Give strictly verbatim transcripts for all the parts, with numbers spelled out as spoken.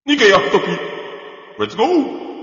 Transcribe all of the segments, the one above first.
ニケヤトピ、レッツゴー。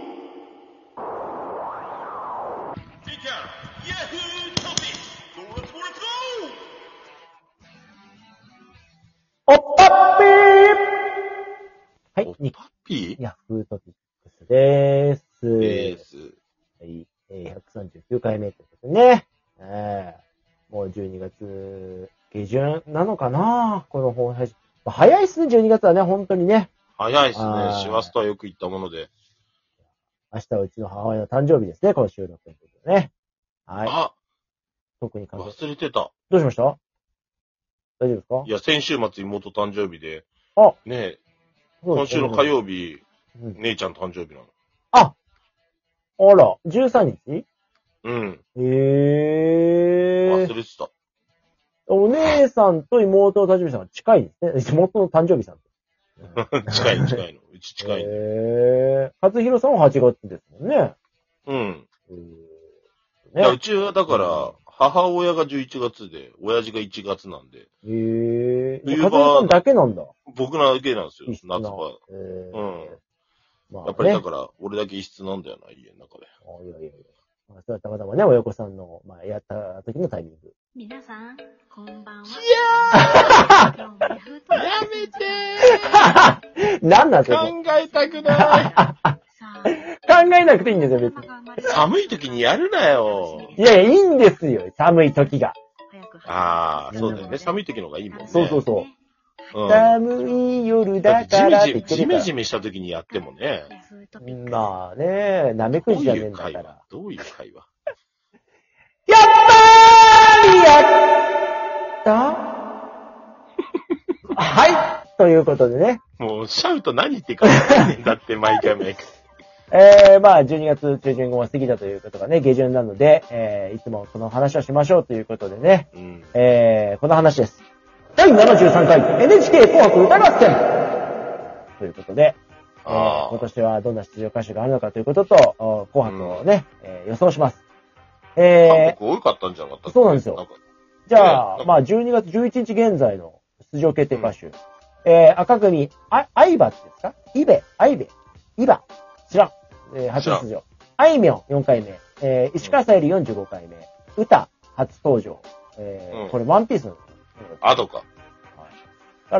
おっぱっぴーはい、 おっニぱっぴーヤフートピックスでーす。 でーす。 はい、えー、ひゃくさんじゅうきゅうかいめということでね。えー、もうじゅうにがつ下旬なのかなこの本配信。まあ早いっすね、じゅうにがつはね、本当にね。 早いっすね。 あー師走とはよく言ったもので。 明日はうちの母親の誕生日ですね、この収録ということでね。はい。 あ、 特に関係。 忘れてた。 どうしました大丈夫ですかいや、先週末妹誕生日で、 あ、 ねえ、 そうですね今週の火曜日、 うん姉ちゃん誕生日なの。 ああら、じゅうさんにちうん。 えー。 忘れてた。 お姉さんと妹の誕生日さんが近いんですね。妹の誕生日さん。 近い近いの。うち近いんだよ。 えー。勝弘さんははちがつですもんね。 うん。 えーいや、うね。 ちはだから、母親がじゅういちがつで、親父がいちがつなんで、 えー。 冬場勝弘さんだけなんだ。 僕らだけなんですよ異、質な夏場。 えー、 うん。 まあ、ね、 やっぱりだから、俺だけ異質なんだよな、家の中で。 あいやいやいや。まあ、それはたまたまね、親子さんの、まあ、やった時のタイミング。 皆さん、こんばんは。 いやーやめてーなんなんーそれ考えたくない考えなくていいんですよ、別に。 寒い時にやるなよ。 いやいや、いいんですよ、寒い時が。 ああ、そうだよね。寒い時の方がいいもんね。 そうそうそう。 うん。 寒い夜だだからってジって言ってるから。 メジメ、ジメジメした時にやってもね。 まあね、なめくじじゃねえんだから。 どういう会話やったーやったはいということでね。 もう、シャウト何言ってるか分かんねえんだって、毎回毎回。 えー、まあ、じゅうにがつ中旬後が過ぎたということがね、下旬なので、えー、いつもこの話をしましょうということでね、 うん。 えー、この話です。だいななじゅうさんかい エヌエイチケー 紅白歌合戦ということで、えー、 あー今年はどんな出場歌手があるのかということと、お紅白をね、えー予想します。え韓国多かったんじゃなかったっけそうなんですよなんかー、じゃあ、 ねまあ、じゅうにがつじゅういちにち現在の出場決定歌手。えー、赤組、あ、アイバですかイベ、アイベ、イバ、知らん。えー、初出場。あいみょんよんかいめ、えー、石川さゆりよんじゅうごかいめ、歌初登場。えーうんこれワンピースの。 アドか。 はい。から、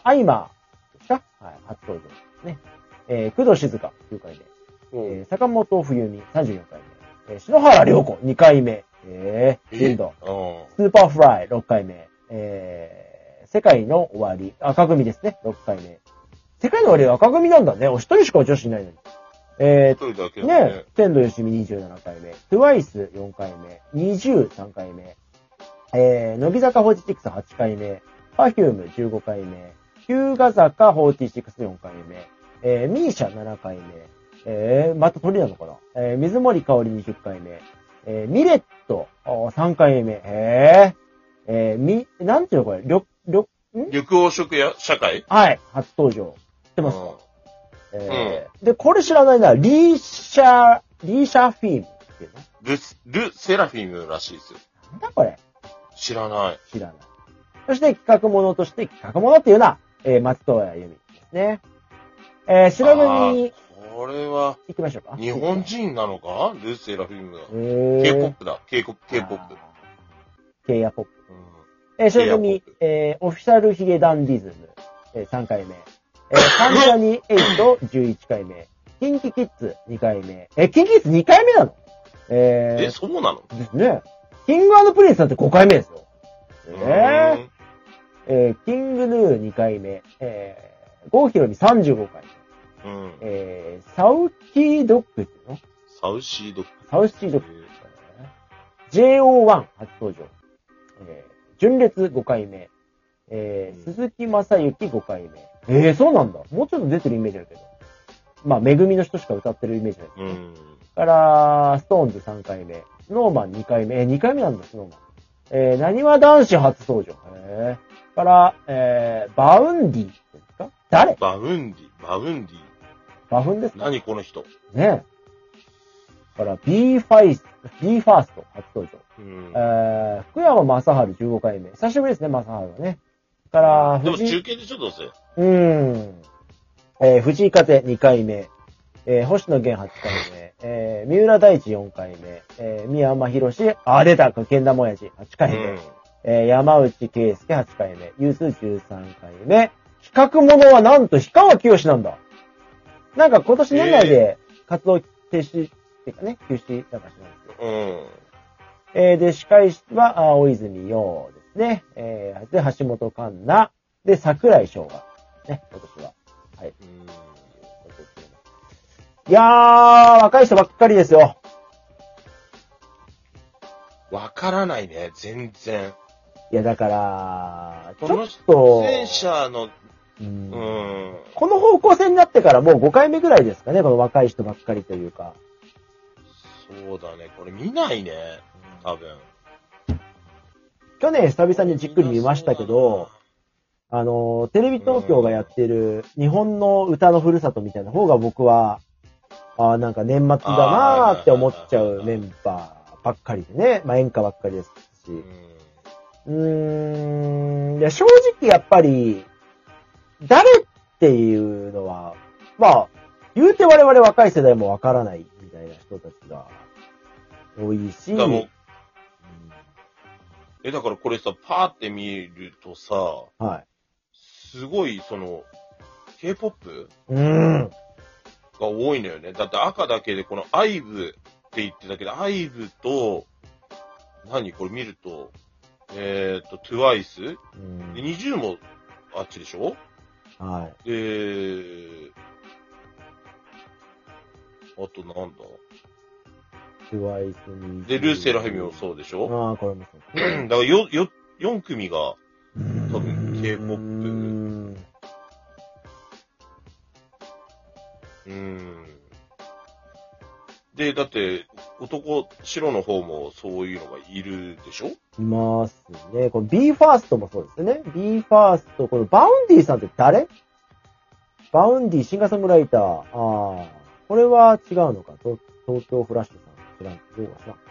アイマーですかはい、初登場ですね。えー、工藤静香きゅうかいめ、えー、坂本冬美さんじゅうよんかいめ、えー、篠原涼子にかいめ、えー、インド、 うん。 スーパーフライろっかいめ、えー、世界の終わり、赤組ですね、ろっかいめ。世界の終わりは赤組なんだね。お一人しか女子いないのに。え一人だけー、 だね。 ね、天童よしみにじゅうななかいめ、トゥワイスよんかいめ、にじゅうさんかいめ、えー、乃木坂フォーティシックスはちかいめ、Perfumeじゅうごかいめ、日向坂フォーティシックスよんかいめ、えー、ミーシャななかいめ、えー、また鳥なのかなえー、水森かおりにじゅっかいめ、えー、ミレットさんかいめ、えー、えー、み、なんていうのこれ、りょ、りょ、ん緑黄色や社会はい、初登場。知ってますか、 うえー、で、これ知らないな、リーシャ、リーシャフィームっていうのル、ル、セラフィムらしいですよ。 なんだこれ知らない。 知らない。そして企画者として企画者っていうのは、えー、松任谷由実ですね。えー、白組、 これは、 行きましょうか。 日本人なのかル・セラフィムが。 えー、 K-ポップ だ。K-ポップ。K-ポップ。 K ポップ。 うん。 えー、白組 K-ポップ、 えー、オフィシャルヒゲダンディズム、えー、さんかいめ。えー、関ジャニエイトじゅういっかいめ。キンキキッズにかいめ。えー、キンキキッズにかいめなのえー、 え、そうなのですね。キング&プリンスだってごかいめですよ。えー、えー、キングヌーにかいめ。えー、郷ひろみさんじゅうごかいめ。 うん。 えー、サウキードッグっていうのサウシードッグ。 サウシードッグ。ジェイオーワン 初登場。えー、純烈ごかいめ。えー、 うん鈴木正幸ごかいめ。えー、そうなんだ。もうちょっと出てるイメージあるけど。まあ、めぐみの人しか歌ってるイメージないですね。 うん。 から、ストーンズさんかいめ。スノーマンにかいめ。えー、にかいめなんだ、スノーマン。えー、なにわ男子初登場。へー。から、えー、バウンディですか誰バウンディ、バウンディ。 バフンですか何この人。 ねえ。から、ビーファイス、ビーファースト初登場。 うん。 えー、福山雅治じゅうごかいめ。久しぶりですね、雅治はね。から、 でも藤井中継でしょ、どうせ。 うーん。 えー、藤井風にかいめ、えー、星野源はちかいめ、えー、三浦大知よんかいめ、えー、宮山博士、あ、出た、けん玉親父はちかいめ、 うん。 えー、山内圭介はちかいめ、ゆずじゅうさんかいめ、比較者はなんと氷川きよしなんだ。なんか今年年内で活動停止っていうかね、休止なんかしないんですよ。 うん。 えー、で、司会は、あ大泉洋ですね。えー、で、橋本環奈。で、桜井翔が、ね、今年は。はい。 うん。 いやー、若い人ばっかりですよ。 わからないね、全然。 いや、だから、ちこのょっと、 出演者の、 うんうん。 この方向性になってからもうごかいめぐらいですかね、この若い人ばっかりというか。 そうだね、これ見ないね、多分。 去年久々にじっくり見ましたけど、あの、テレビ東京がやってる日本の歌のふるさとみたいな方が僕は、あなんか年末だなーって思っちゃうメンバーばっかりでね。まあ演歌ばっかりですし。うーん、いや正直やっぱり、誰っていうのは、まあ、言うて我々若い世代もわからないみたいな人たちが多いし。 だもうえ、だからこれさ、パーって見るとさ、 はい。 すごい、その、K-ポップうーん。 が多いのよね。だって赤だけでこのアイブって言ってたけど、アイブと、何これ見ると、えっと、トゥワイスうんで、にじゅうもあっちでしょはで、あとなんだい。トゥワイスに。 で、ルーセラヘミもそうでしょああ、これもそうですね。 だからよ、よ、よん組が、 多分 K-ポップうん。 うーん。で、だって、男、白の方もそういうのがいるでしょいますね。この ビーファーストもそうですよね。ビーファースト、このバウンディさんって誰？バウンディ、シンガーソングライター。ああ、これは違うのか。東東京フラッシュさん。知らん。どうかしら。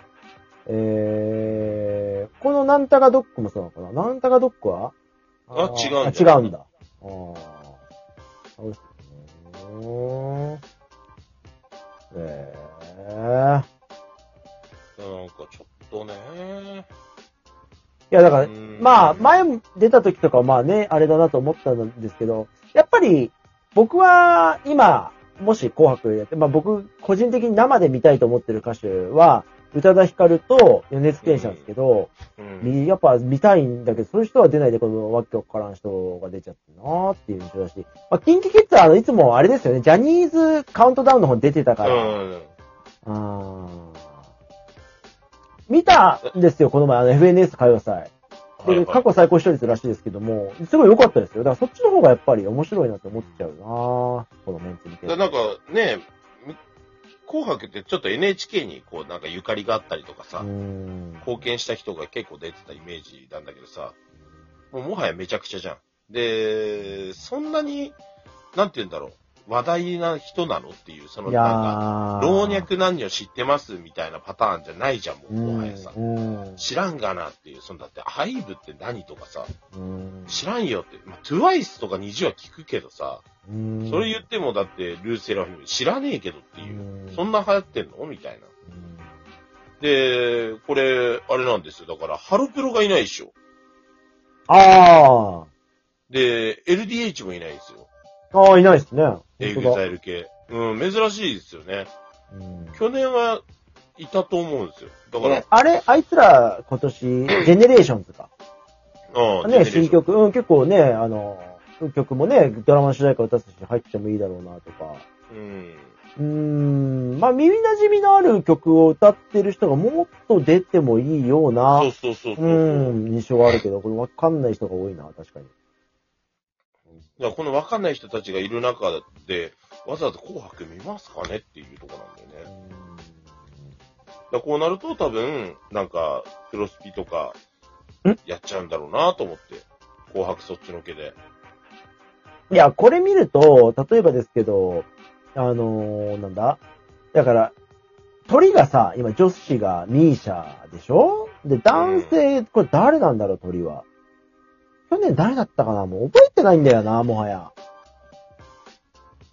えー、このなんたかドッグもそうなのかな。なんたかドッグはあ違うんだあ、違うんだ。ああ。そうですね。えー。 なんかちょっとね。 いや、だからう、ーんまあ、前出た時とかはまあね、あれだなと思ったんですけど、やっぱり、僕は今、もし紅白やって、まあ僕、個人的に生で見たいと思ってる歌手は、宇多田ヒカルと米津玄師なんですけど、 うん。 みやっぱ見たいんだけど、そういう人は出ないで、このわけわからん人が出ちゃってなーっていう印象だし、まあ、キンキキッズはあの、いつもあれですよね、ジャニーズカウントダウンの方に出てたから、 うん。 あー見たんですよ、この前、あの エフエヌエス 歌謡祭。で、 はいはい過去最高視聴率らしいですけども、すごい良かったですよ。だからそっちの方がやっぱり面白いなって思っちゃうなぁ。このメンツ見て。 だなんかね、紅白ってちょっと エヌエイチケー にこうなんかゆかりがあったりとかさ、 うーん。 貢献した人が結構出てたイメージなんだけどさ、もうもはやめちゃくちゃじゃん。で、そんなに、なんて言うんだろう、話題な人なのっていう、そのいやなんか、 ー。 老若男女知ってますみたいなパターンじゃないじゃん、もう、 うん。 もはやさ。 うん。 知らんがなっていう、そのだって、アイブって何とかさ、 うん。 知らんよって、まあ、トゥワイスとかにじゅうは聞くけどさ、 うん。 それ言ってもだって、ルーセラフィム知らねえけどっていうう、 んそんな流行ってんのみたいな。 うんで、これ、あれなんですよ。だから、ハロプロがいないでしょ。 あで、エルディーエイチ もいないんですよ。 ー。あー、いないですね。 エグ本当だ。 ザイル系。うん、珍しいですよね。 うん去年はいたと思うんですよ。だからえ、、あれ、あいつら今年、ジェネレーションズか。 うん、 ね、 ジェネレーション新曲、うん、結構ね、あの、曲もね、ドラマの主題歌歌つし入ってもいいだろうなとか。 うん。 うーん、まあ耳馴染みのある曲を歌ってる人がもっと出てもいいような、 そうそうそうそう。 うん、印象があるけど、これわかんない人が多いな、確かに。 だからこの分かんない人たちがいる中で、わざわざ紅白見ますかねっていうところなんだよね。だからこうなると多分、なんか、クロスピとかん、 やっちゃうんだろうなと思って。紅白そっちのけで。 いや、これ見ると、例えばですけど、あのー、なんだだから、鳥がさ、今女子がミーシャでしょで、男性、これ誰なんだろう、鳥は。去年誰だったかなもう覚えてないんだよな、もはや。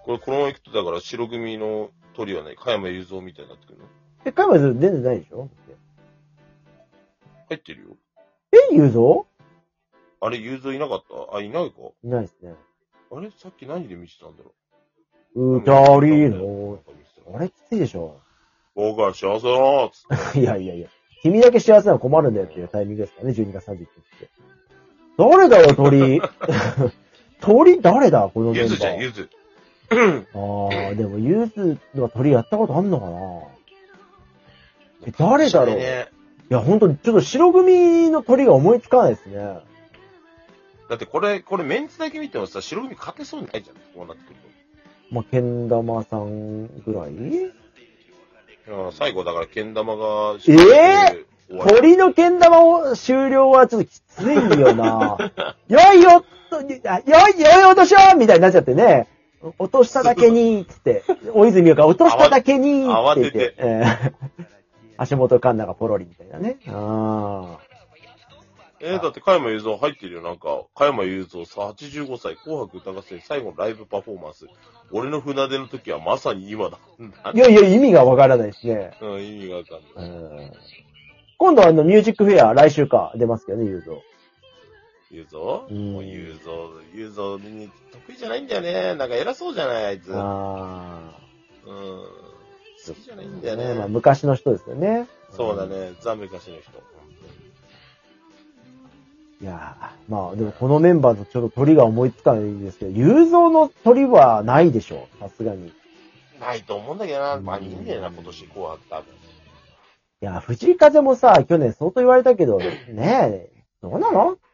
これ、このまま行くと、だから白組の鳥はね、加山雄三みたいになってくるの。 え、カイマユ全然ないでしょ入ってるよ。 え、ユーゾあれ、雄三いなかったあ、いないか。 いないですね。 あれさっき何で見てたんだろうたりの、あれきついでしょ。 僕は幸せだーっつって。 いやいやいや。君だけ幸せなの困るんだよっていうタイミングですからね、じゅうにがつさんじゅういちにちって。誰だよ、鳥。鳥誰だこのメンバー。 ゆずじゃん、ゆず。 あー、でもゆずの鳥やったことあんのかなえ、誰だろう、 ね、 いや、ほんと、ちょっと白組の鳥が思いつかないですね。 だってこれ、これメンツだけ見てもさ、白組勝てそうにないじゃん。こうなってくるまあ、けん玉さんぐらいと。最後だから、けん玉が、 えぇ、ー、鳥のけん玉を終了はちょっときついよなよいよ、よい、よい落としようみたいになっちゃってね。落としただけに、つって、大泉洋が落としただけに、 慌てて。 えー、橋本環奈がポロリみたいなね。あえー、だって、加山雄三入ってるよ。なんか、加山雄三さ、はちじゅうごさい、紅白歌合戦最後のライブパフォーマンス。俺の船出の時はまさに今だ。 いやいや、意味がわからないですね。 うん、意味がわかんない。 うん、今度あの、ミュージックフェア、来週か、出ますけどね、ゆうぞ。 ゆうぞうん。 もうゆうぞ、ゆうぞに得意じゃないんだよね。なんか偉そうじゃない、あいつ。 あうん。好きじゃないんだよね。 ね、まあ、昔の人ですよね。 そうだね、ザ・昔の人。 いやー、まあ、でもこのメンバーのちょっと鳥が思いつかないんですけど、雄三の鳥はないでしょう、さすがに。いないと思うんだけどな。まあ、いいんだよな、今年紅白多分。 や、藤井風もさ、去年相当言われたけど、ねえ、どうなの